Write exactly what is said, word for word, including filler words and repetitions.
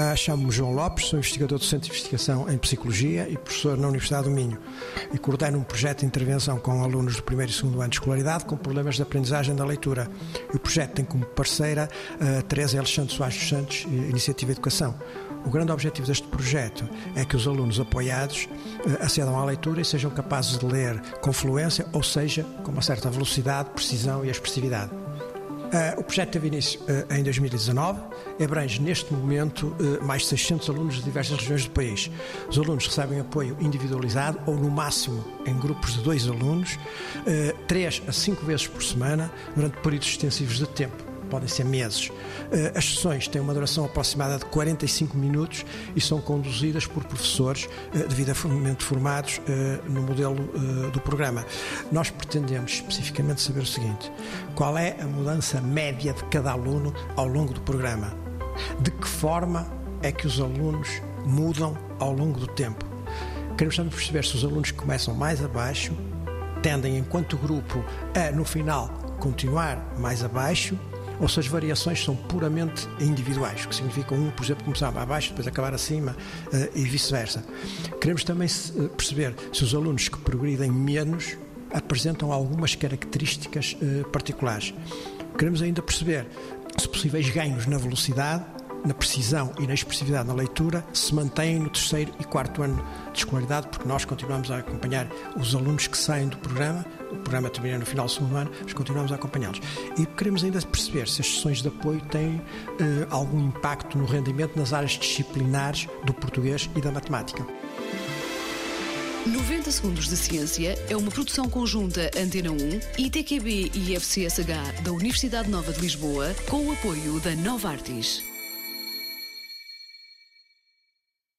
Uh, Chamo-me João Lopes, sou investigador do Centro de Investigação em Psicologia e professor na Universidade do Minho. E coordeno um projeto de intervenção com alunos do primeiro e segundo ano de escolaridade com problemas de aprendizagem da leitura. E o projeto tem como parceira a Teresa Alexandre Soares dos Santos, Iniciativa Educação. O grande objetivo deste projeto é que os alunos apoiados uh, acedam à leitura e sejam capazes de ler com fluência, ou seja, com uma certa velocidade, precisão e expressividade. Uh, o projeto teve início uh, em dois mil e dezanove e abrange neste momento uh, mais de seiscentos alunos de diversas regiões do país. Os alunos recebem apoio individualizado ou no máximo em grupos de dois alunos, uh, três a cinco vezes por semana, durante períodos extensivos de tempo. Podem ser meses. As sessões têm uma duração aproximada de quarenta e cinco minutos e são conduzidas por professores devidamente formados no modelo do programa. Nós pretendemos especificamente saber o seguinte: qual é a mudança média de cada aluno ao longo do programa? De que forma é que os alunos mudam ao longo do tempo? Queremos também perceber se os alunos que começam mais abaixo tendem, enquanto grupo, a, no final, continuar mais abaixo, ou se as variações são puramente individuais, o que significa um, por exemplo, começar abaixo, depois acabar acima uh, e vice-versa. Queremos também uh, perceber se os alunos que progridem menos apresentam algumas características uh, particulares. Queremos ainda perceber se possíveis ganhos na velocidade, na precisão e na expressividade na leitura se mantêm no terceiro e quarto ano de escolaridade, porque nós continuamos a acompanhar os alunos que saem do programa. O programa termina no final do segundo ano, mas continuamos a acompanhá-los. E queremos ainda perceber se as sessões de apoio têm eh, algum impacto no rendimento nas áreas disciplinares do português e da matemática. noventa Segundos de Ciência é uma produção conjunta Antena um, I T Q B e I F C S H da Universidade Nova de Lisboa, com o apoio da Novartis.